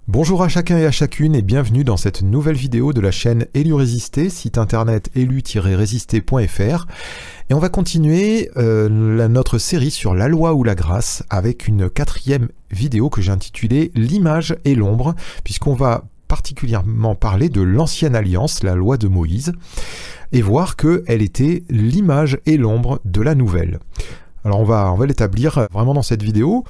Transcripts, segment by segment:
Bonjour à chacun et à chacune et bienvenue dans cette nouvelle vidéo de la chaîne Élu Résister, site internet élu-résister.fr. Et on va continuer notre série sur la loi ou la grâce avec une 4e vidéo que j'ai intitulée L'image et l'ombre, puisqu'on va particulièrement parler de l'ancienne alliance, la loi de Moïse, et voir qu'elle était l'image et l'ombre de la nouvelle. Alors on va l'établir vraiment dans cette vidéo.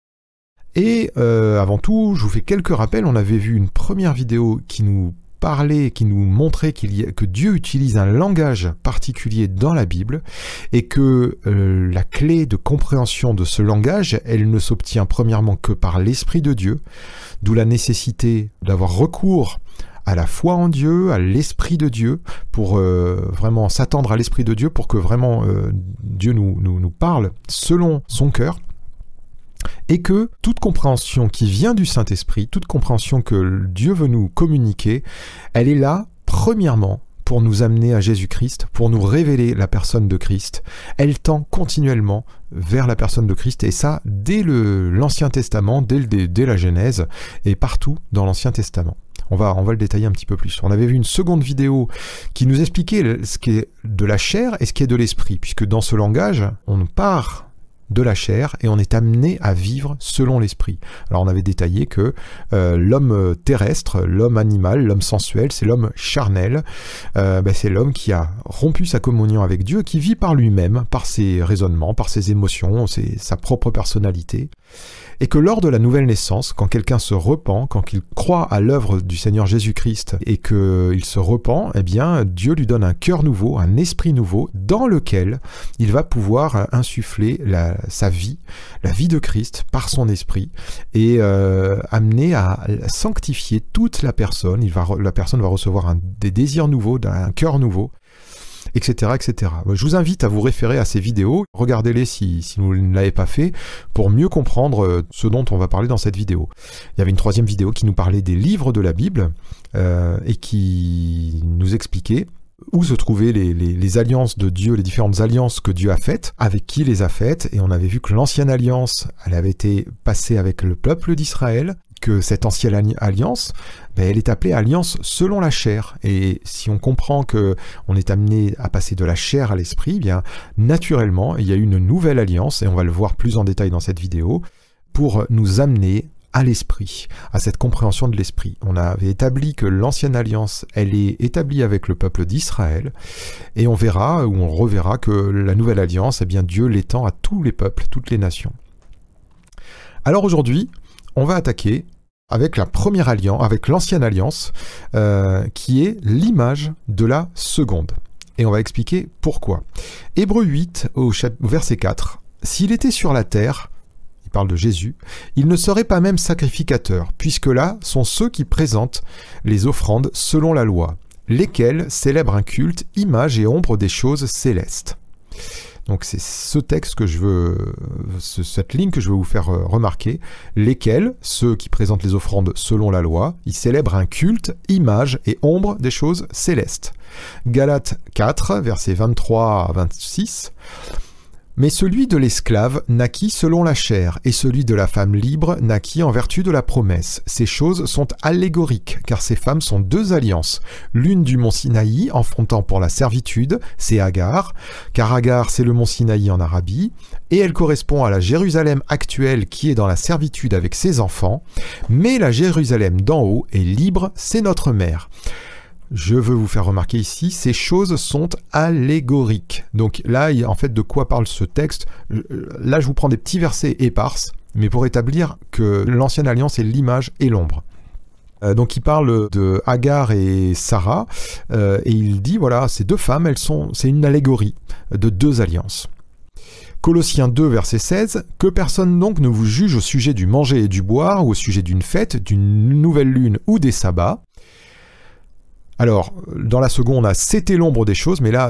Et avant tout, je vous fais quelques rappels. On avait vu une première vidéo qui nous parlait, qui nous montrait que Dieu utilise un langage particulier dans la Bible et que la clé de compréhension de ce langage, elle ne s'obtient premièrement que par l'Esprit de Dieu, d'où la nécessité d'avoir recours à la foi en Dieu, à l'Esprit de Dieu, pour vraiment s'attendre à l'Esprit de Dieu, pour que vraiment Dieu nous parle selon son cœur. Et que toute compréhension qui vient du Saint-Esprit, toute compréhension que Dieu veut nous communiquer, elle est là, premièrement, pour nous amener à Jésus-Christ, pour nous révéler la personne de Christ. Elle tend continuellement vers la personne de Christ, et ça, dès l'Ancien Testament, dès la Genèse, et partout dans l'Ancien Testament. On va le détailler un petit peu plus. On avait vu une seconde vidéo qui nous expliquait ce qui est de la chair et ce qui est de l'esprit, puisque dans ce langage, on part de la chair et on est amené à vivre selon l'esprit. Alors on avait détaillé que l'homme terrestre, l'homme animal, l'homme sensuel, c'est l'homme charnel, c'est l'homme qui a rompu sa communion avec Dieu, qui vit par lui-même, par ses raisonnements, par ses émotions, sa propre personnalité. Et que lors de la nouvelle naissance, quand quelqu'un se repent, quand il croit à l'œuvre du Seigneur Jésus-Christ et qu'il se repent, eh bien Dieu lui donne un cœur nouveau, un esprit nouveau, dans lequel il va pouvoir insuffler sa vie, la vie de Christ par son esprit, et amener à sanctifier toute la personne. La personne va recevoir des désirs nouveaux, un cœur nouveau, etc., etc. Je vous invite à vous référer à ces vidéos, regardez-les si vous ne l'avez pas fait, pour mieux comprendre ce dont on va parler dans cette vidéo. Il y avait une 3e vidéo qui nous parlait des livres de la Bible, et qui nous expliquait où se trouvaient les alliances de Dieu, les différentes alliances que Dieu a faites, avec qui les a faites, et on avait vu que l'ancienne alliance, elle avait été passée avec le peuple d'Israël, que cette ancienne alliance, elle est appelée alliance selon la chair. Et si on comprend que on est amené à passer de la chair à l'esprit, bien naturellement, il y a une nouvelle alliance, et on va le voir plus en détail dans cette vidéo, pour nous amener à l'esprit, à cette compréhension de l'esprit. On avait établi que l'ancienne alliance, elle est établie avec le peuple d'Israël, et on verra, ou on reverra que la nouvelle alliance, eh bien Dieu l'étend à tous les peuples, toutes les nations. Alors aujourd'hui, on va attaquer avec la première alliance, avec l'ancienne alliance, qui est l'image de la seconde. Et on va expliquer pourquoi. Hébreux 8, au verset 4, « S'il était sur la terre, il parle de Jésus, il ne serait pas même sacrificateur, puisque là sont ceux qui présentent les offrandes selon la loi, lesquels célèbrent un culte, image et ombre des choses célestes. » Donc c'est ce texte que cette ligne que je veux vous faire remarquer, lesquels, ceux qui présentent les offrandes selon la loi, ils célèbrent un culte, image et ombre des choses célestes. Galates 4, versets 23 à 26. Mais celui de l'esclave naquit selon la chair, et celui de la femme libre naquit en vertu de la promesse. Ces choses sont allégoriques, car ces femmes sont 2 alliances. L'une du mont Sinaï, enfantant pour la servitude, c'est Agar, car Agar c'est le mont Sinaï en Arabie, et elle correspond à la Jérusalem actuelle qui est dans la servitude avec ses enfants, mais la Jérusalem d'en haut est libre, c'est notre mère. Je veux vous faire remarquer ici, ces choses sont allégoriques. Donc là, en fait, de quoi parle ce texte? Là, je vous prends des petits versets éparses, mais pour établir que l'ancienne alliance est l'image et l'ombre. Donc il parle de Agar et Sarah, et il dit, voilà, ces 2 femmes, c'est une allégorie de 2 alliances. Colossiens 2, verset 16, « Que personne donc ne vous juge au sujet du manger et du boire, ou au sujet d'une fête, d'une nouvelle lune ou des sabbats. » Alors, dans la seconde, on a « c'était l'ombre des choses », mais là,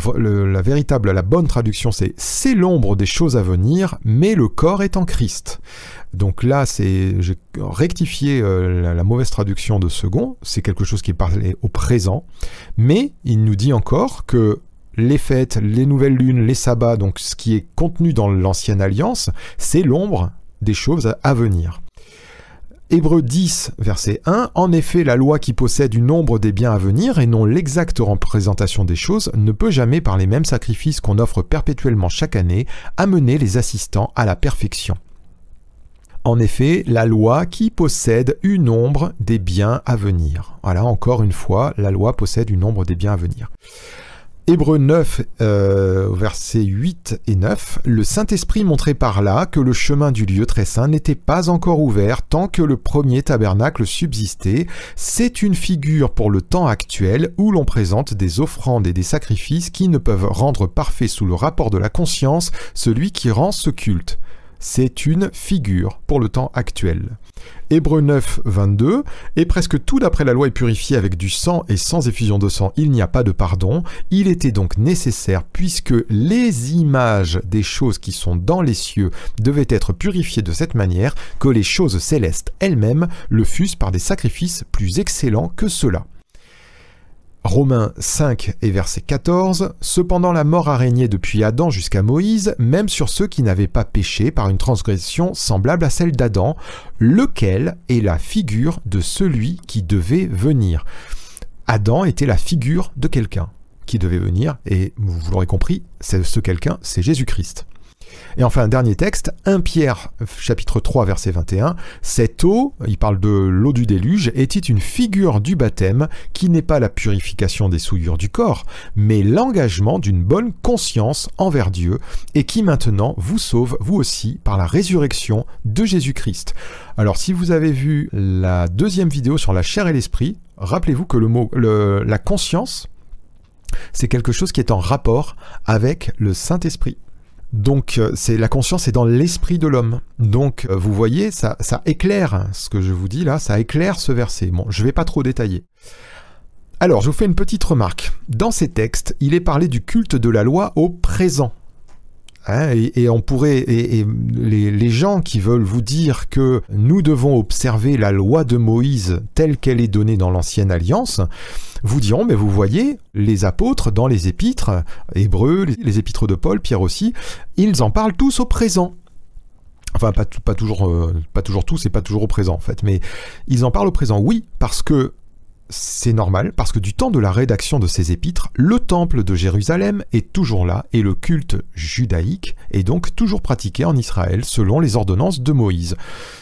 la bonne traduction, c'est « c'est l'ombre des choses à venir, mais le corps est en Christ ». Donc là, j'ai rectifié la mauvaise traduction de second, c'est quelque chose qui est parlé au présent, mais il nous dit encore que les fêtes, les nouvelles lunes, les sabbats, donc ce qui est contenu dans l'ancienne alliance, c'est l'ombre des choses à venir. Hébreux 10, verset 1, « En effet, la loi qui possède une ombre des biens à venir et non l'exacte représentation des choses ne peut jamais, par les mêmes sacrifices qu'on offre perpétuellement chaque année, amener les assistants à la perfection. » En effet, la loi qui possède une ombre des biens à venir. Voilà, encore une fois, la loi possède une ombre des biens à venir. Hébreux 9, versets 8 et 9, « Le Saint-Esprit montrait par là que le chemin du lieu très saint n'était pas encore ouvert tant que le premier tabernacle subsistait. C'est une figure pour le temps actuel où l'on présente des offrandes et des sacrifices qui ne peuvent rendre parfait sous le rapport de la conscience celui qui rend ce culte. » C'est une figure pour le temps actuel. Hébreux 9, 22, « Et presque tout d'après la loi est purifié avec du sang, et sans effusion de sang, il n'y a pas de pardon. Il était donc nécessaire, puisque les images des choses qui sont dans les cieux devaient être purifiées de cette manière, que les choses célestes elles-mêmes le fussent par des sacrifices plus excellents que ceux-là. » Romains 5 et verset 14, « Cependant la mort a régné depuis Adam jusqu'à Moïse, même sur ceux qui n'avaient pas péché par une transgression semblable à celle d'Adam, lequel est la figure de celui qui devait venir. » Adam était la figure de quelqu'un qui devait venir, et vous l'aurez compris, ce quelqu'un, c'est Jésus-Christ. Et enfin, un dernier texte, 1 Pierre, chapitre 3, verset 21, « Cette eau, il parle de l'eau du déluge, était une figure du baptême qui n'est pas la purification des souillures du corps, mais l'engagement d'une bonne conscience envers Dieu et qui maintenant vous sauve, vous aussi, par la résurrection de Jésus-Christ. » Alors, si vous avez vu la deuxième vidéo sur la chair et l'esprit, rappelez-vous que la conscience, c'est quelque chose qui est en rapport avec le Saint-Esprit. Donc la conscience est dans l'esprit de l'homme. Donc vous voyez, ça éclaire ce que je vous dis là, ça éclaire ce verset. Bon, je ne vais pas trop détailler. Alors, je vous fais une petite remarque. Dans ces textes, il est parlé du culte de la loi au présent. Hein, et on pourrait, les gens qui veulent vous dire que nous devons observer la loi de Moïse telle qu'elle est donnée dans l'Ancienne Alliance, vous diront, mais vous voyez, les apôtres dans les épîtres, Hébreux, les épîtres de Paul, Pierre aussi, ils en parlent tous au présent. Enfin, pas toujours tous et pas toujours au présent en fait, mais ils en parlent au présent. Oui, parce que c'est normal, parce que du temps de la rédaction de ces épîtres, le temple de Jérusalem est toujours là et le culte judaïque est donc toujours pratiqué en Israël selon les ordonnances de Moïse.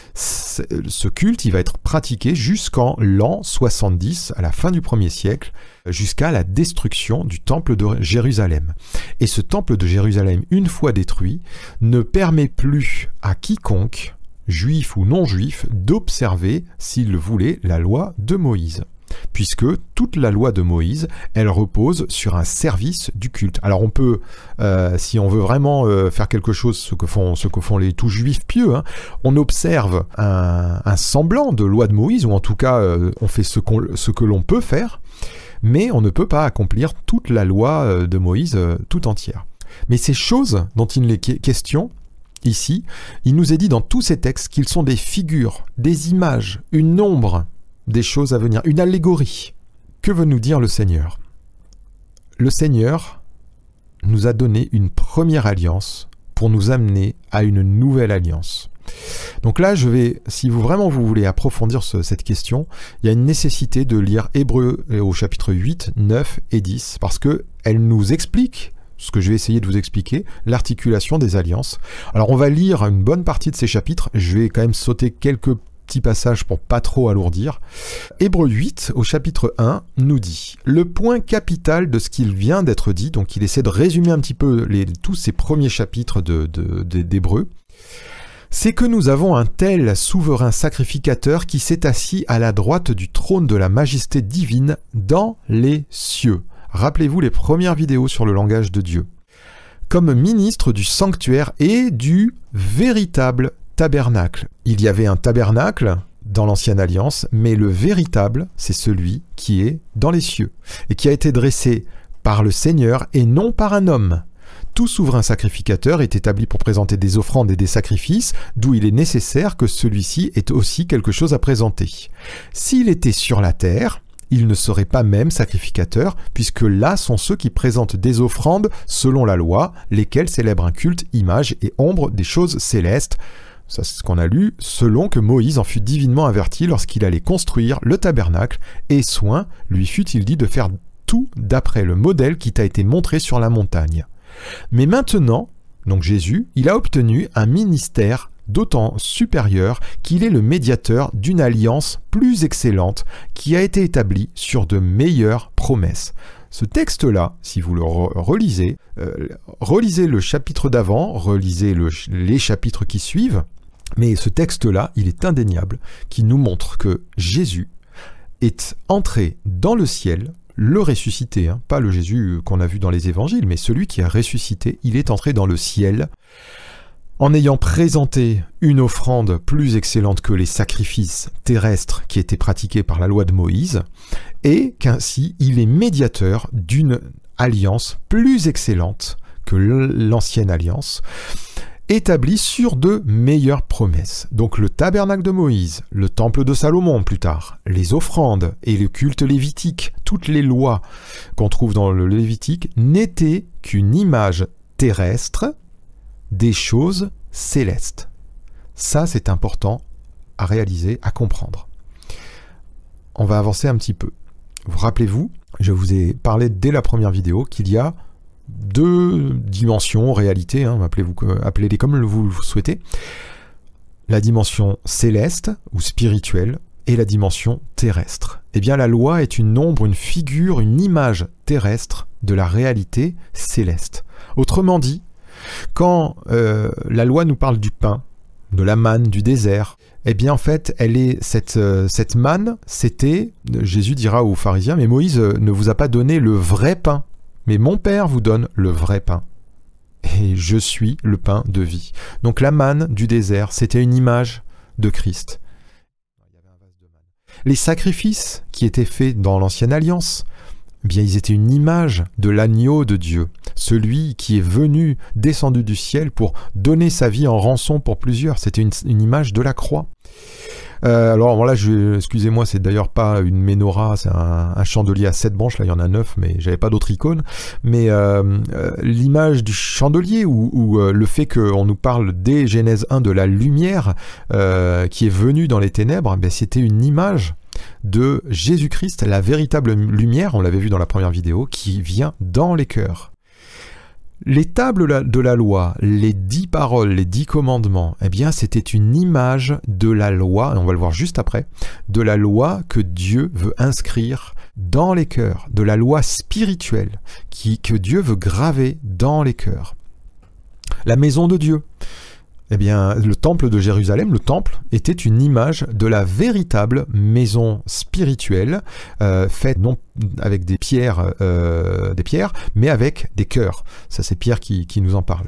Ce culte, il va être pratiqué jusqu'en l'an 70, à la fin du 1er siècle, jusqu'à la destruction du temple de Jérusalem. Et ce temple de Jérusalem, une fois détruit, ne permet plus à quiconque, juif ou non juif, d'observer, s'il le voulait, la loi de Moïse. Puisque toute la loi de Moïse, elle repose sur un service du culte. Alors on peut, si on veut vraiment faire quelque chose, ce que font les tout juifs pieux, hein, on observe un semblant de loi de Moïse, ou en tout cas on fait ce que l'on peut faire, mais on ne peut pas accomplir toute la loi de Moïse tout entière. Mais ces choses dont il est question ici, il nous est dit dans tous ces textes qu'ils sont des figures, des images, une ombre des choses à venir, une allégorie. Que veut nous dire le Seigneur ? Le Seigneur nous a donné une première alliance pour nous amener à une nouvelle alliance. Donc là, si vous voulez approfondir cette question, il y a une nécessité de lire Hébreux au chapitre 8, 9 et 10, parce qu'elle nous explique ce que je vais essayer de vous expliquer, l'articulation des alliances. Alors on va lire une bonne partie de ces chapitres, je vais quand même sauter quelques petits passages pour pas trop alourdir. Hébreux 8, au chapitre 1, nous dit « Le point capital de ce qu'il vient d'être dit », donc il essaie de résumer un petit peu tous ces premiers chapitres d'Hébreux, « c'est que nous avons un tel souverain sacrificateur qui s'est assis à la droite du trône de la majesté divine dans les cieux. » Rappelez-vous les premières vidéos sur le langage de Dieu. « Comme ministre du sanctuaire et du véritable tabernacle. » Il y avait un tabernacle dans l'Ancienne Alliance, mais le véritable, c'est celui qui est dans les cieux, et qui a été dressé par le Seigneur et non par un homme. Tout souverain sacrificateur est établi pour présenter des offrandes et des sacrifices, d'où il est nécessaire que celui-ci ait aussi quelque chose à présenter. S'il était sur la terre, il ne serait pas même sacrificateur, puisque là sont ceux qui présentent des offrandes selon la loi, lesquelles célèbrent un culte, image et ombre des choses célestes, ça c'est ce qu'on a lu, selon que Moïse en fut divinement averti lorsqu'il allait construire le tabernacle, et soin lui fut-il dit de faire tout d'après le modèle qui t'a été montré sur la montagne. Mais maintenant, donc Jésus, il a obtenu un ministère d'autant supérieur qu'il est le médiateur d'une alliance plus excellente qui a été établie sur de meilleures promesses. Ce texte-là, si vous le relisez, relisez le chapitre d'avant, relisez les chapitres qui suivent, mais ce texte-là, il est indéniable, qui nous montre que Jésus est entré dans le ciel, le ressuscité, pas le Jésus qu'on a vu dans les évangiles, mais celui qui a ressuscité, il est entré dans le ciel en ayant présenté une offrande plus excellente que les sacrifices terrestres qui étaient pratiqués par la loi de Moïse, et qu'ainsi il est médiateur d'une alliance plus excellente que l'ancienne alliance, établie sur de meilleures promesses. Donc le tabernacle de Moïse, le temple de Salomon plus tard, les offrandes et le culte lévitique, toutes les lois qu'on trouve dans le Lévitique, n'étaient qu'une image terrestre des choses célestes. Ça, c'est important à réaliser, à comprendre. On va avancer un petit peu. Vous rappelez-vous, je vous ai parlé dès la première vidéo qu'il y a deux dimensions, réalités, appelez-les comme vous le souhaitez. La dimension céleste ou spirituelle et la dimension terrestre. Eh bien, la loi est une ombre, une figure, une image terrestre de la réalité céleste. Autrement dit, quand la loi nous parle du pain, de la manne du désert, eh bien en fait, cette manne, c'était, Jésus dira aux pharisiens, mais Moïse ne vous a pas donné le vrai pain, mais mon Père vous donne le vrai pain. Et je suis le pain de vie. Donc la manne du désert, c'était une image de Christ. Les sacrifices qui étaient faits dans l'ancienne alliance, eh bien ils étaient une image de l'agneau de Dieu, celui qui est venu, descendu du ciel pour donner sa vie en rançon pour plusieurs. C'était une image de la croix. Alors là, excusez-moi, c'est d'ailleurs pas une menorah, c'est un chandelier à 7 branches, là il y en a 9, mais j'avais pas d'autre icône. Mais l'image du chandelier ou le fait qu'on nous parle dès Genèse 1 de la lumière qui est venue dans les ténèbres, ben, c'était une image de Jésus-Christ, la véritable lumière, on l'avait vu dans la première vidéo, qui vient dans les cœurs. Les tables de la loi, les 10 paroles, les 10 commandements, eh bien c'était une image de la loi, et on va le voir juste après, de la loi que Dieu veut inscrire dans les cœurs, de la loi spirituelle que Dieu veut graver dans les cœurs. La maison de Dieu, eh bien, le temple de Jérusalem, le temple, était une image de la véritable maison spirituelle, faite non avec des pierres, mais avec des cœurs. Ça, c'est Pierre qui nous en parle.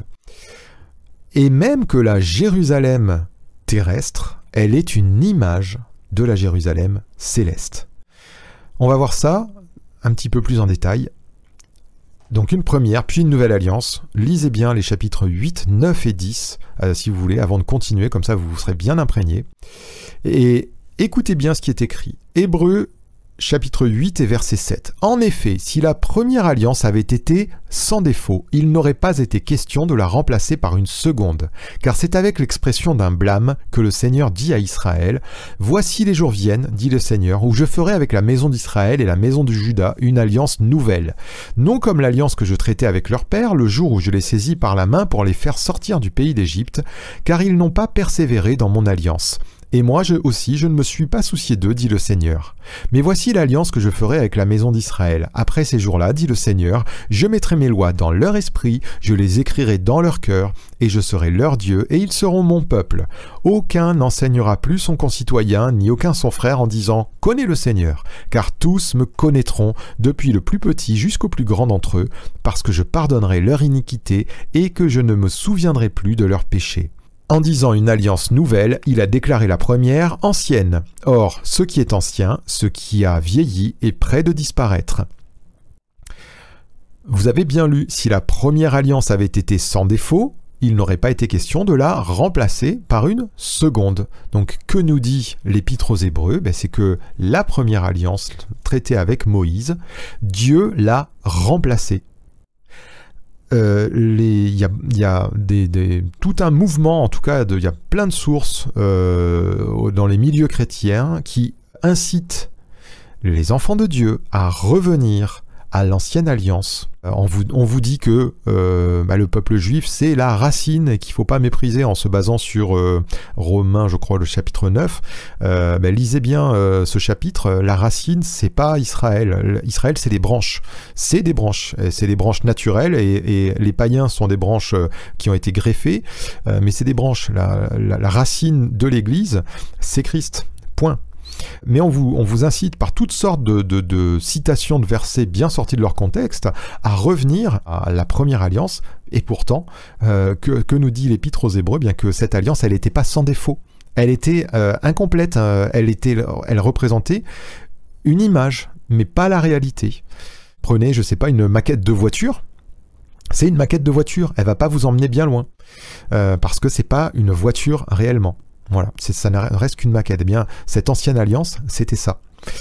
Et même que la Jérusalem terrestre, elle est une image de la Jérusalem céleste. On va voir ça un petit peu plus en détail. Donc une première, puis une nouvelle alliance. Lisez bien les chapitres 8, 9 et 10, si vous voulez, avant de continuer, comme ça vous serez bien imprégné. Et écoutez bien ce qui est écrit. Hébreux, chapitre 8 et verset 7. En effet, si la première alliance avait été sans défaut, il n'aurait pas été question de la remplacer par une seconde, car c'est avec l'expression d'un blâme que le Seigneur dit à Israël, « Voici les jours viennent, dit le Seigneur, où je ferai avec la maison d'Israël et la maison de Juda une alliance nouvelle, non comme l'alliance que je traitais avec leur père le jour où je les saisis par la main pour les faire sortir du pays d'Égypte, car ils n'ont pas persévéré dans mon alliance. » Et moi aussi, je ne me suis pas soucié d'eux, dit le Seigneur. Mais voici l'alliance que je ferai avec la maison d'Israël. Après ces jours-là, dit le Seigneur, je mettrai mes lois dans leur esprit, je les écrirai dans leur cœur, et je serai leur Dieu, et ils seront mon peuple. Aucun n'enseignera plus son concitoyen, ni aucun son frère, en disant « Connais le Seigneur », car tous me connaîtront, depuis le plus petit jusqu'au plus grand d'entre eux, parce que je pardonnerai leur iniquité, et que je ne me souviendrai plus de leurs péchés. En disant une alliance nouvelle, il a déclaré la première ancienne. Or, ce qui est ancien, ce qui a vieilli, est près de disparaître. Vous avez bien lu, si la première alliance avait été sans défaut, il n'aurait pas été question de la remplacer par une seconde. Donc, que nous dit l'Épître aux Hébreux ? C'est que la première alliance traitée avec Moïse, Dieu l'a remplacée. y a tout un mouvement, en tout cas, il y a plein de sources dans les milieux chrétiens qui incitent les enfants de Dieu à revenir à l'ancienne alliance. On vous dit que le peuple juif, c'est la racine et qu'il ne faut pas mépriser en se basant sur Romains, je crois, le chapitre 9. Lisez bien ce chapitre. La racine, c'est pas Israël. Israël, c'est des branches. C'est des branches. C'est des branches naturelles et les païens sont des branches qui ont été greffées. Mais c'est des branches. La racine de l'Église, c'est Christ. Point. Mais on vous incite par toutes sortes de citations de versets bien sortis de leur contexte à revenir à la première alliance. Et pourtant, que nous dit l'Épître aux Hébreux, bien que cette alliance, elle n'était pas sans défaut. Elle était incomplète. Elle représentait une image, mais pas la réalité. Prenez, je sais pas, une maquette de voiture. C'est une maquette de voiture. Elle va pas vous emmener bien loin. Parce que c'est pas une voiture réellement. Voilà, ça ne reste qu'une maquette. Eh bien, cette ancienne alliance, c'était ça.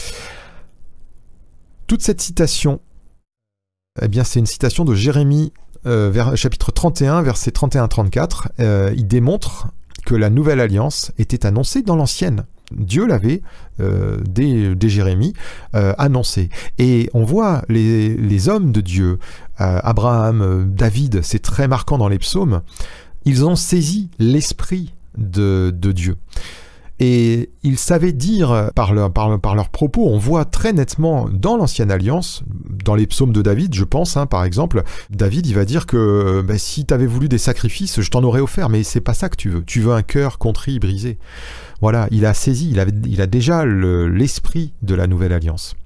Toute cette citation, eh bien, c'est une citation de Jérémie, chapitre 31, versets 31-34. Il démontre que la nouvelle alliance était annoncée dans l'ancienne. Dieu l'avait, dès Jérémie, annoncé. Et on voit les hommes de Dieu, Abraham, David, c'est très marquant dans les psaumes, ils ont saisi l'esprit de Dieu. Et ils savaient dire par leurs propos, on voit très nettement dans l'ancienne alliance, dans les psaumes de David, je pense, par exemple, David il va dire que si tu avais voulu des sacrifices, je t'en aurais offert, mais c'est pas ça que tu veux un cœur contrit, brisé. Voilà, il a saisi, il a déjà l'esprit de la nouvelle alliance.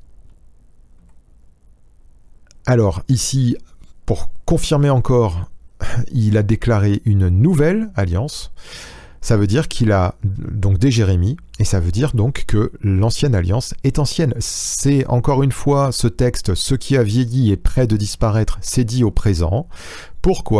Alors ici, pour confirmer encore, il a déclaré une nouvelle alliance. Ça veut dire qu'il a donc dès Jérémie, et ça veut dire donc que l'ancienne alliance est ancienne. C'est encore une fois ce texte, ce qui a vieilli et près de disparaître, c'est dit au présent. Pourquoi ?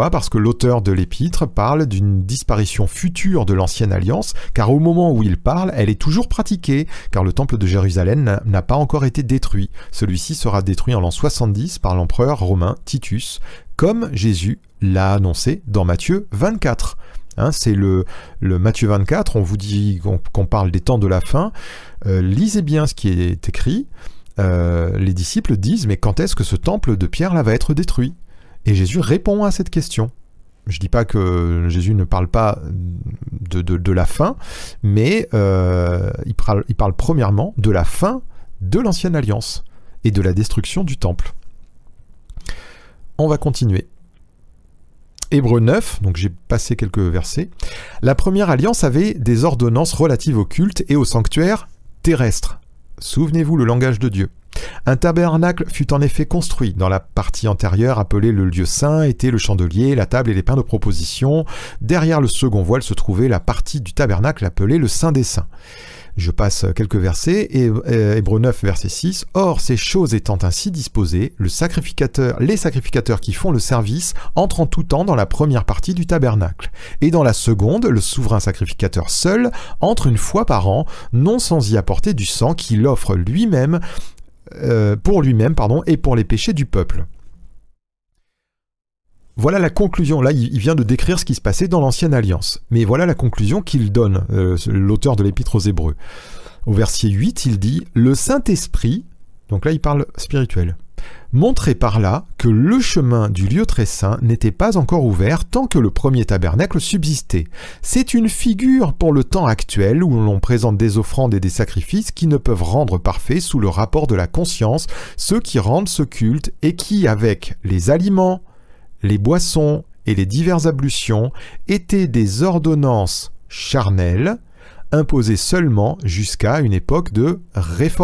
Parce que l'auteur de l'épître parle d'une disparition future de l'ancienne alliance, car au moment où il parle, elle est toujours pratiquée, car le temple de Jérusalem n'a pas encore été détruit. Celui-ci sera détruit en l'an 70 par l'empereur romain Titus, comme Jésus l'a annoncé dans Matthieu 24. C'est le Matthieu 24, on vous dit qu'on parle des temps de la fin. Lisez bien ce qui est écrit. Les disciples disent, mais quand est-ce que ce temple de Pierre là va être détruit ? Et Jésus répond à cette question. Je ne dis pas que Jésus ne parle pas de la fin, mais il parle premièrement de la fin de l'ancienne alliance et de la destruction du temple. On va continuer. Hébreux 9, donc j'ai passé quelques versets. La première alliance avait des ordonnances relatives au culte et au sanctuaire terrestre. Souvenez-vous le langage de Dieu. Un tabernacle fut en effet construit. Dans la partie antérieure, appelée le lieu saint, étaient le chandelier, la table et les pains de proposition. Derrière le second voile se trouvait la partie du tabernacle appelée le Saint des Saints. Je passe quelques versets, Hébreux 9, verset 6. « Or, ces choses étant ainsi disposées, les sacrificateurs qui font le service entrent en tout temps dans la première partie du tabernacle. Et dans la seconde, le souverain sacrificateur seul entre une fois par an, non sans y apporter du sang qu'il offre lui-même, pour lui-même, et pour les péchés du peuple. » Voilà la conclusion. Là, il vient de décrire ce qui se passait dans l'ancienne alliance. Mais voilà la conclusion qu'il donne, l'auteur de l'Épître aux Hébreux. Au verset 8, il dit « Le Saint-Esprit », donc là il parle spirituel, « montrait par là que le chemin du lieu très saint n'était pas encore ouvert tant que le premier tabernacle subsistait. C'est une figure pour le temps actuel où l'on présente des offrandes et des sacrifices qui ne peuvent rendre parfait sous le rapport de la conscience ceux qui rendent ce culte et qui, avec les aliments, les boissons et les diverses ablutions étaient des ordonnances charnelles, imposées seulement jusqu'à une époque de réformation. »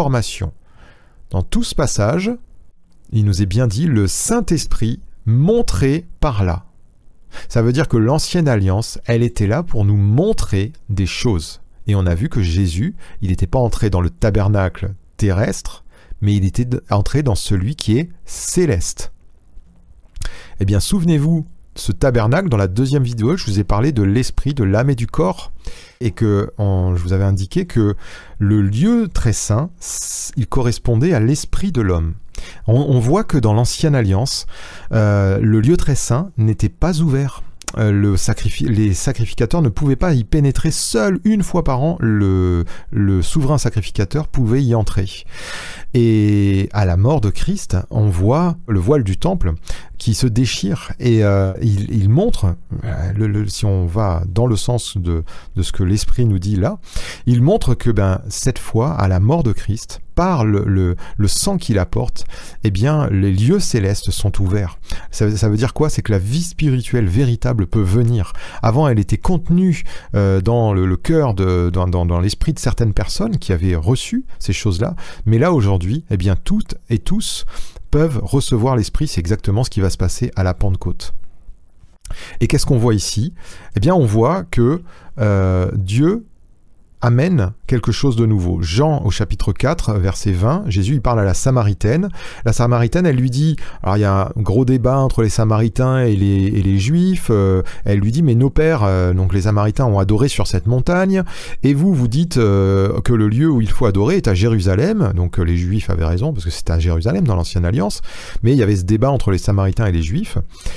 Dans tout ce passage, il nous est bien dit le Saint-Esprit montré par là. Ça veut dire que l'ancienne alliance, elle était là pour nous montrer des choses. Et on a vu que Jésus, il n'était pas entré dans le tabernacle terrestre, mais il était entré dans celui qui est céleste. Eh bien, souvenez-vous, ce tabernacle, dans la deuxième vidéo, je vous ai parlé de l'esprit, de l'âme et du corps, et que je vous avais indiqué que le lieu très saint, il correspondait à l'esprit de l'homme. On voit que dans l'Ancienne Alliance, le lieu très saint n'était pas ouvert. Les sacrificateurs ne pouvaient pas y pénétrer. Seul une fois par an, le souverain sacrificateur pouvait y entrer. Et à la mort de Christ, on voit le voile du temple qui se déchire et il montre, si on va dans le sens de ce que l'Esprit nous dit là, il montre que cette fois, à la mort de Christ, par le sang qu'il apporte, eh bien, les lieux célestes sont ouverts. Ça veut dire quoi? C'est que la vie spirituelle véritable peut venir. Avant, elle était contenue dans le cœur, dans l'esprit de certaines personnes qui avaient reçu ces choses-là, mais là, aujourd'hui, eh bien, toutes et tous peuvent recevoir l'Esprit. C'est exactement ce qui va se passer à la Pentecôte. Et qu'est-ce qu'on voit ici? Eh bien, on voit que Dieu amène quelque chose de nouveau. Jean, au chapitre 4, verset 20, Jésus, il parle à la Samaritaine. La Samaritaine, elle lui dit, alors il y a un gros débat entre les Samaritains et les Juifs, elle lui dit, mais nos pères, donc les Samaritains, ont adoré sur cette montagne, et vous dites que le lieu où il faut adorer est à Jérusalem, donc les Juifs avaient raison, parce que c'était à Jérusalem dans l'Ancienne Alliance, mais il y avait ce débat entre les Samaritains et les Juifs.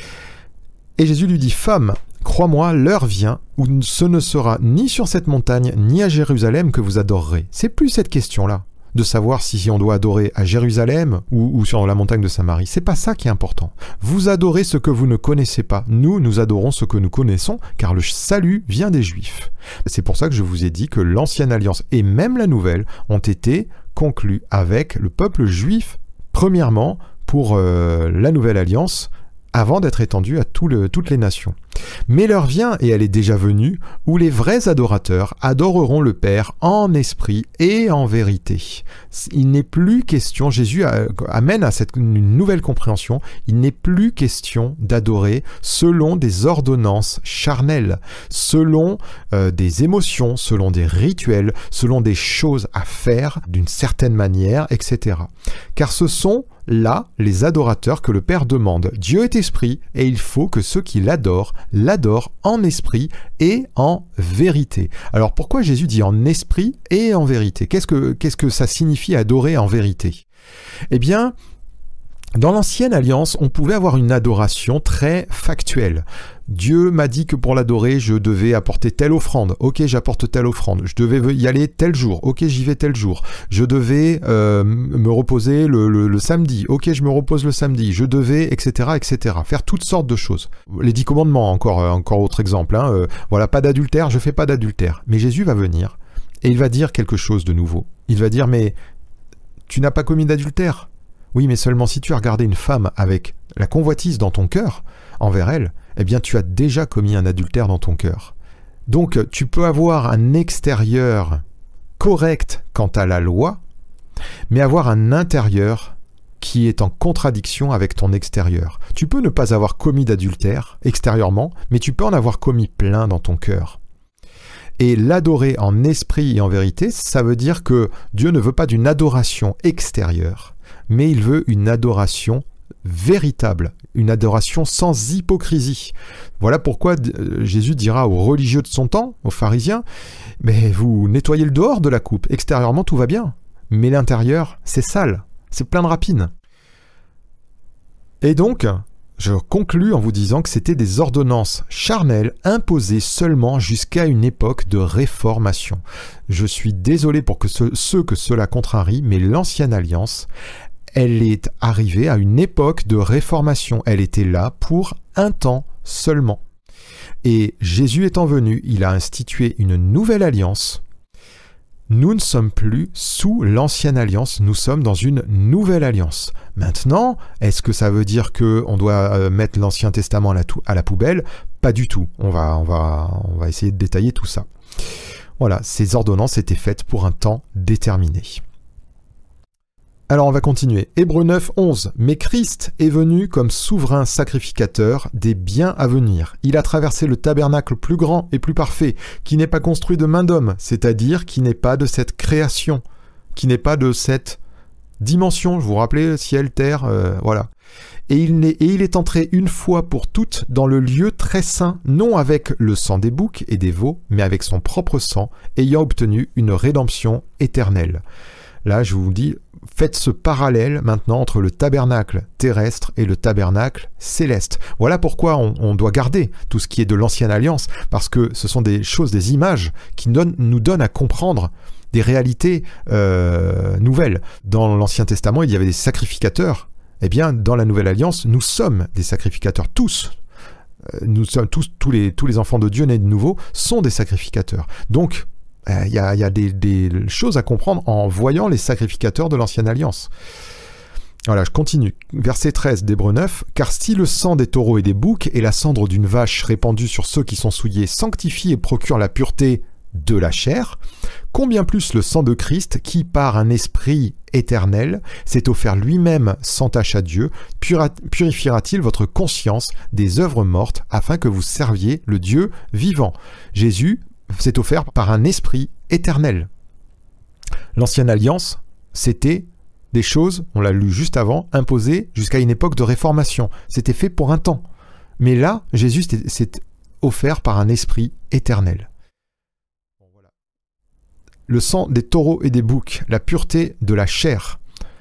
Et Jésus lui dit, femme, crois-moi, l'heure vient où ce ne sera ni sur cette montagne, ni à Jérusalem que vous adorerez. C'est plus cette question-là, de savoir si on doit adorer à Jérusalem ou sur la montagne de Samarie. C'est pas ça qui est important. Vous adorez ce que vous ne connaissez pas. Nous adorons ce que nous connaissons, car le salut vient des Juifs. C'est pour ça que je vous ai dit que l'Ancienne Alliance et même la Nouvelle ont été conclus avec le peuple juif, premièrement, pour la Nouvelle Alliance, avant d'être étendue à toutes les nations. Mais l'heure vient, et elle est déjà venue, où les vrais adorateurs adoreront le Père en esprit et en vérité. Il n'est plus question, Jésus amène à une nouvelle compréhension, il n'est plus question d'adorer selon des ordonnances charnelles, selon des émotions, selon des rituels, selon des choses à faire d'une certaine manière, etc. Car ce sont là les adorateurs que le Père demande. Dieu est esprit et il faut que ceux qui l'adorent en esprit et en vérité. Alors pourquoi Jésus dit en esprit et en vérité? Qu'est-ce que ça signifie adorer en vérité? Eh bien, dans l'Ancienne Alliance, on pouvait avoir une adoration très factuelle. Dieu m'a dit que pour l'adorer, je devais apporter telle offrande. Ok, j'apporte telle offrande. Je devais y aller tel jour. Ok, j'y vais tel jour. Je devais me reposer le samedi. Ok, je me repose le samedi. Je devais, etc., etc. Faire toutes sortes de choses. Les 10 commandements, encore autre exemple. Voilà, pas d'adultère, je fais pas d'adultère. Mais Jésus va venir et il va dire quelque chose de nouveau. Il va dire, mais tu n'as pas commis d'adultère. Oui, mais seulement si tu as regardé une femme avec la convoitise dans ton cœur envers elle, eh bien tu as déjà commis un adultère dans ton cœur. Donc tu peux avoir un extérieur correct quant à la loi, mais avoir un intérieur qui est en contradiction avec ton extérieur. Tu peux ne pas avoir commis d'adultère extérieurement, mais tu peux en avoir commis plein dans ton cœur. Et l'adorer en esprit et en vérité, ça veut dire que Dieu ne veut pas d'une adoration extérieure, mais il veut une adoration véritable, une adoration sans hypocrisie. Voilà pourquoi Jésus dira aux religieux de son temps, aux pharisiens, « Mais vous nettoyez le dehors de la coupe, extérieurement tout va bien, mais l'intérieur, c'est sale, c'est plein de rapines. » Et donc, je conclus en vous disant que c'était des ordonnances charnelles imposées seulement jusqu'à une époque de réformation. Je suis désolé pour ceux que cela contrarie, mais l'Ancienne Alliance, elle est arrivée à une époque de réformation. Elle était là pour un temps seulement. Et Jésus étant venu, il a institué une nouvelle alliance. Nous ne sommes plus sous l'Ancienne Alliance, nous sommes dans une nouvelle alliance. Maintenant, est-ce que ça veut dire qu'on doit mettre l'Ancien Testament à la poubelle? Pas du tout. On va essayer de détailler tout ça. Voilà, ces ordonnances étaient faites pour un temps déterminé. Alors on va continuer. Hébreux 9, 11. Mais Christ est venu comme souverain sacrificateur des biens à venir. Il a traversé le tabernacle plus grand et plus parfait, qui n'est pas construit de main d'homme, c'est-à-dire qui n'est pas de cette création, qui n'est pas de cette dimension. Je vous rappelez, ciel, terre, voilà. Et il est entré une fois pour toutes dans le lieu très saint, non avec le sang des boucs et des veaux, mais avec son propre sang, ayant obtenu une rédemption éternelle. Là, je vous dis, faites ce parallèle maintenant entre le tabernacle terrestre et le tabernacle céleste. Voilà pourquoi on doit garder tout ce qui est de l'ancienne alliance, parce que ce sont des choses, des images qui nous donnent à comprendre des réalités nouvelles. Dans l'Ancien Testament, il y avait des sacrificateurs. Eh bien, dans la Nouvelle Alliance, nous sommes des sacrificateurs, tous. Nous sommes tous les enfants de Dieu nés de nouveau sont des sacrificateurs. Donc, il y a des choses à comprendre en voyant les sacrificateurs de l'Ancienne Alliance. Voilà, je continue. Verset 13 d'Hébreux 9. « Car si le sang des taureaux et des boucs et la cendre d'une vache répandue sur ceux qui sont souillés sanctifie et procure la pureté de la chair, combien plus le sang de Christ qui, par un esprit éternel, s'est offert lui-même sans tache à Dieu, purifiera-t-il votre conscience des œuvres mortes afin que vous serviez le Dieu vivant ?» Jésus s'est offert par un esprit éternel. L'ancienne alliance, c'était des choses, on l'a lu juste avant, imposées jusqu'à une époque de réformation. C'était fait pour un temps. Mais là, Jésus s'est offert par un esprit éternel. Le sang des taureaux et des boucs, la pureté de la chair.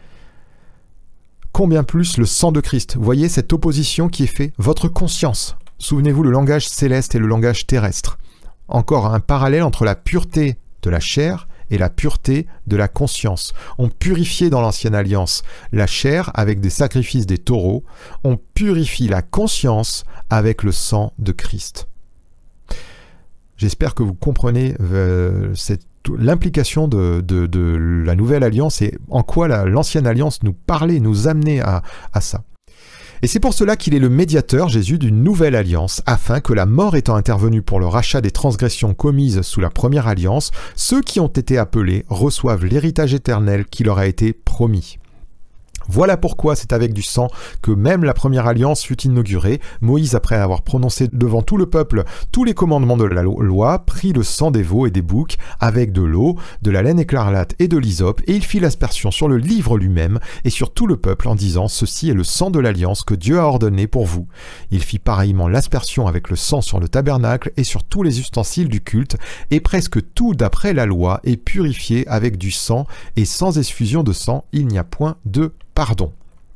Combien plus le sang de Christ. Vous voyez cette opposition qui est faite. Votre conscience. Souvenez-vous, le langage céleste et le langage terrestre. Encore un parallèle entre la pureté de la chair et la pureté de la conscience. On purifiait dans l'ancienne alliance la chair avec des sacrifices des taureaux. On purifie la conscience avec le sang de Christ. J'espère que vous comprenez l'implication de la nouvelle alliance et en quoi l'ancienne alliance nous parlait, nous amenait à ça. Et c'est pour cela qu'il est le médiateur, Jésus, d'une nouvelle alliance, afin que la mort étant intervenue pour le rachat des transgressions commises sous la première alliance, ceux qui ont été appelés reçoivent l'héritage éternel qui leur a été promis. Voilà pourquoi c'est avec du sang que même la première alliance fut inaugurée. Moïse, après avoir prononcé devant tout le peuple tous les commandements de la loi, prit le sang des veaux et des boucs avec de l'eau, de la laine écarlate et de l'hysope, et il fit l'aspersion sur le livre lui-même et sur tout le peuple en disant « Ceci est le sang de l'alliance que Dieu a ordonné pour vous. » Il fit pareillement l'aspersion avec le sang sur le tabernacle et sur tous les ustensiles du culte, et presque tout d'après la loi est purifié avec du sang, et sans effusion de sang, il n'y a point de pardon.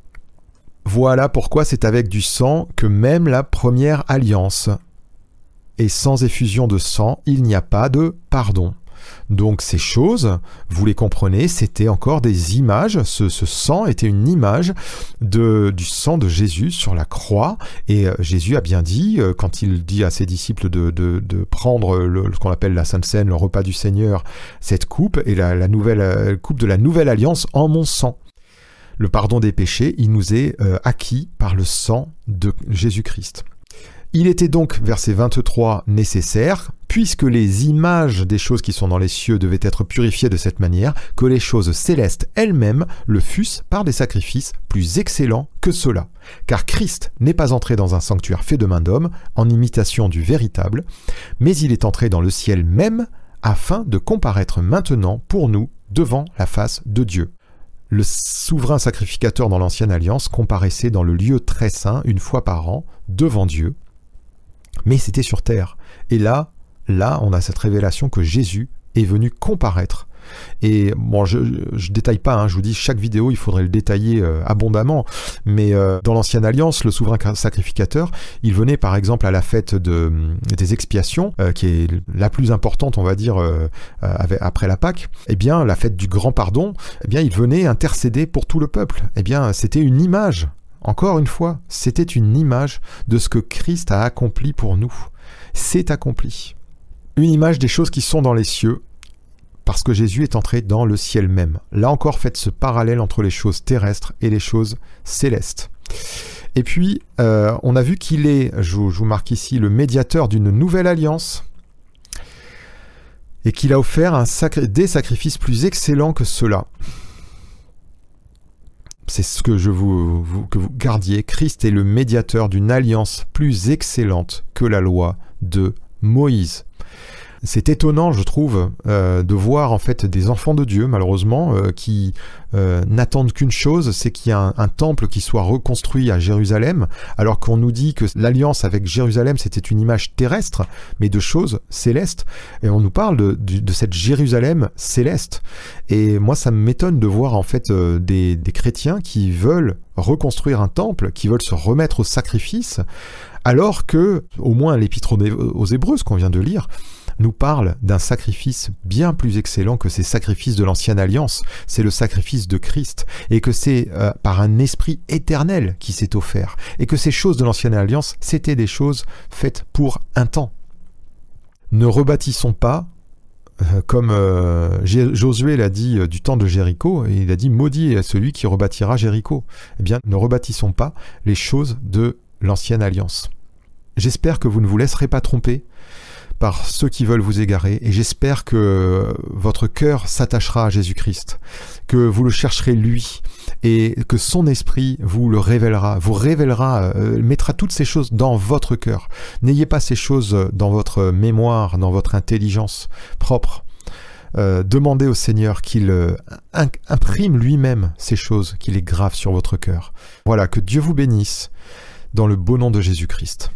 Voilà pourquoi c'est avec du sang que même la première alliance. Et sans effusion de sang, il n'y a pas de pardon. Donc ces choses, vous les comprenez, c'était encore des images. Ce sang était une image du sang de Jésus sur la croix. Et Jésus a bien dit, quand il dit à ses disciples de prendre ce qu'on appelle la Sainte Seine, le repas du Seigneur, cette coupe, et la nouvelle coupe de la nouvelle alliance en mon sang. Le pardon des péchés, il nous est acquis par le sang de Jésus-Christ. Il était donc, verset 23, nécessaire, puisque les images des choses qui sont dans les cieux devaient être purifiées de cette manière, que les choses célestes elles-mêmes le fussent par des sacrifices plus excellents que ceux-là. Car Christ n'est pas entré dans un sanctuaire fait de main d'homme, en imitation du véritable, mais il est entré dans le ciel même, afin de comparaître maintenant pour nous devant la face de Dieu. Le souverain sacrificateur dans l'ancienne alliance comparaissait dans le lieu très saint une fois par an devant Dieu, mais c'était sur terre. Et là, on a cette révélation que Jésus est venu comparaître. Et bon, je détaille pas, je vous dis, chaque vidéo, il faudrait le détailler abondamment, mais dans l'ancienne alliance, le souverain sacrificateur, il venait par exemple à la fête des expiations, qui est la plus importante, on va dire, après la Pâque, eh bien, la fête du grand pardon, eh bien, il venait intercéder pour tout le peuple. Eh bien, c'était une image. Encore une fois, c'était une image de ce que Christ a accompli pour nous. C'est accompli. Une image des choses qui sont dans les cieux, parce que Jésus est entré dans le ciel même. Là encore, faites ce parallèle entre les choses terrestres et les choses célestes. Et puis, on a vu qu'il est, je vous marque ici, le médiateur d'une nouvelle alliance, et qu'il a offert des sacrifices plus excellents que ceux-là. C'est ce que que vous gardiez. Christ est le médiateur d'une alliance plus excellente que la loi de Moïse. C'est étonnant, je trouve, de voir en fait des enfants de Dieu, malheureusement, qui n'attendent qu'une chose, c'est qu'il y ait un temple qui soit reconstruit à Jérusalem, alors qu'on nous dit que l'alliance avec Jérusalem, c'était une image terrestre, mais de choses célestes, et on nous parle de cette Jérusalem céleste. Et moi, ça m'étonne de voir en fait des chrétiens qui veulent reconstruire un temple, qui veulent se remettre au sacrifice, alors que, au moins l'épître aux Hébreux, ce qu'on vient de lire, nous parle d'un sacrifice bien plus excellent que ces sacrifices de l'ancienne alliance. C'est le sacrifice de Christ, et que c'est par un esprit éternel qui s'est offert, et que ces choses de l'ancienne alliance, c'était des choses faites pour un temps. Ne rebâtissons pas, comme Josué l'a dit du temps de Jéricho, et il a dit « Maudit est celui qui rebâtira Jéricho ». Eh bien, ne rebâtissons pas les choses de l'ancienne alliance. J'espère que vous ne vous laisserez pas tromper par ceux qui veulent vous égarer, et j'espère que votre cœur s'attachera à Jésus-Christ, que vous le chercherez lui, et que son esprit vous le révélera, mettra toutes ces choses dans votre cœur. N'ayez pas ces choses dans votre mémoire, dans votre intelligence propre. Demandez au Seigneur qu'il imprime lui-même ces choses, qu'il les grave sur votre cœur. Voilà, que Dieu vous bénisse, dans le beau nom de Jésus-Christ.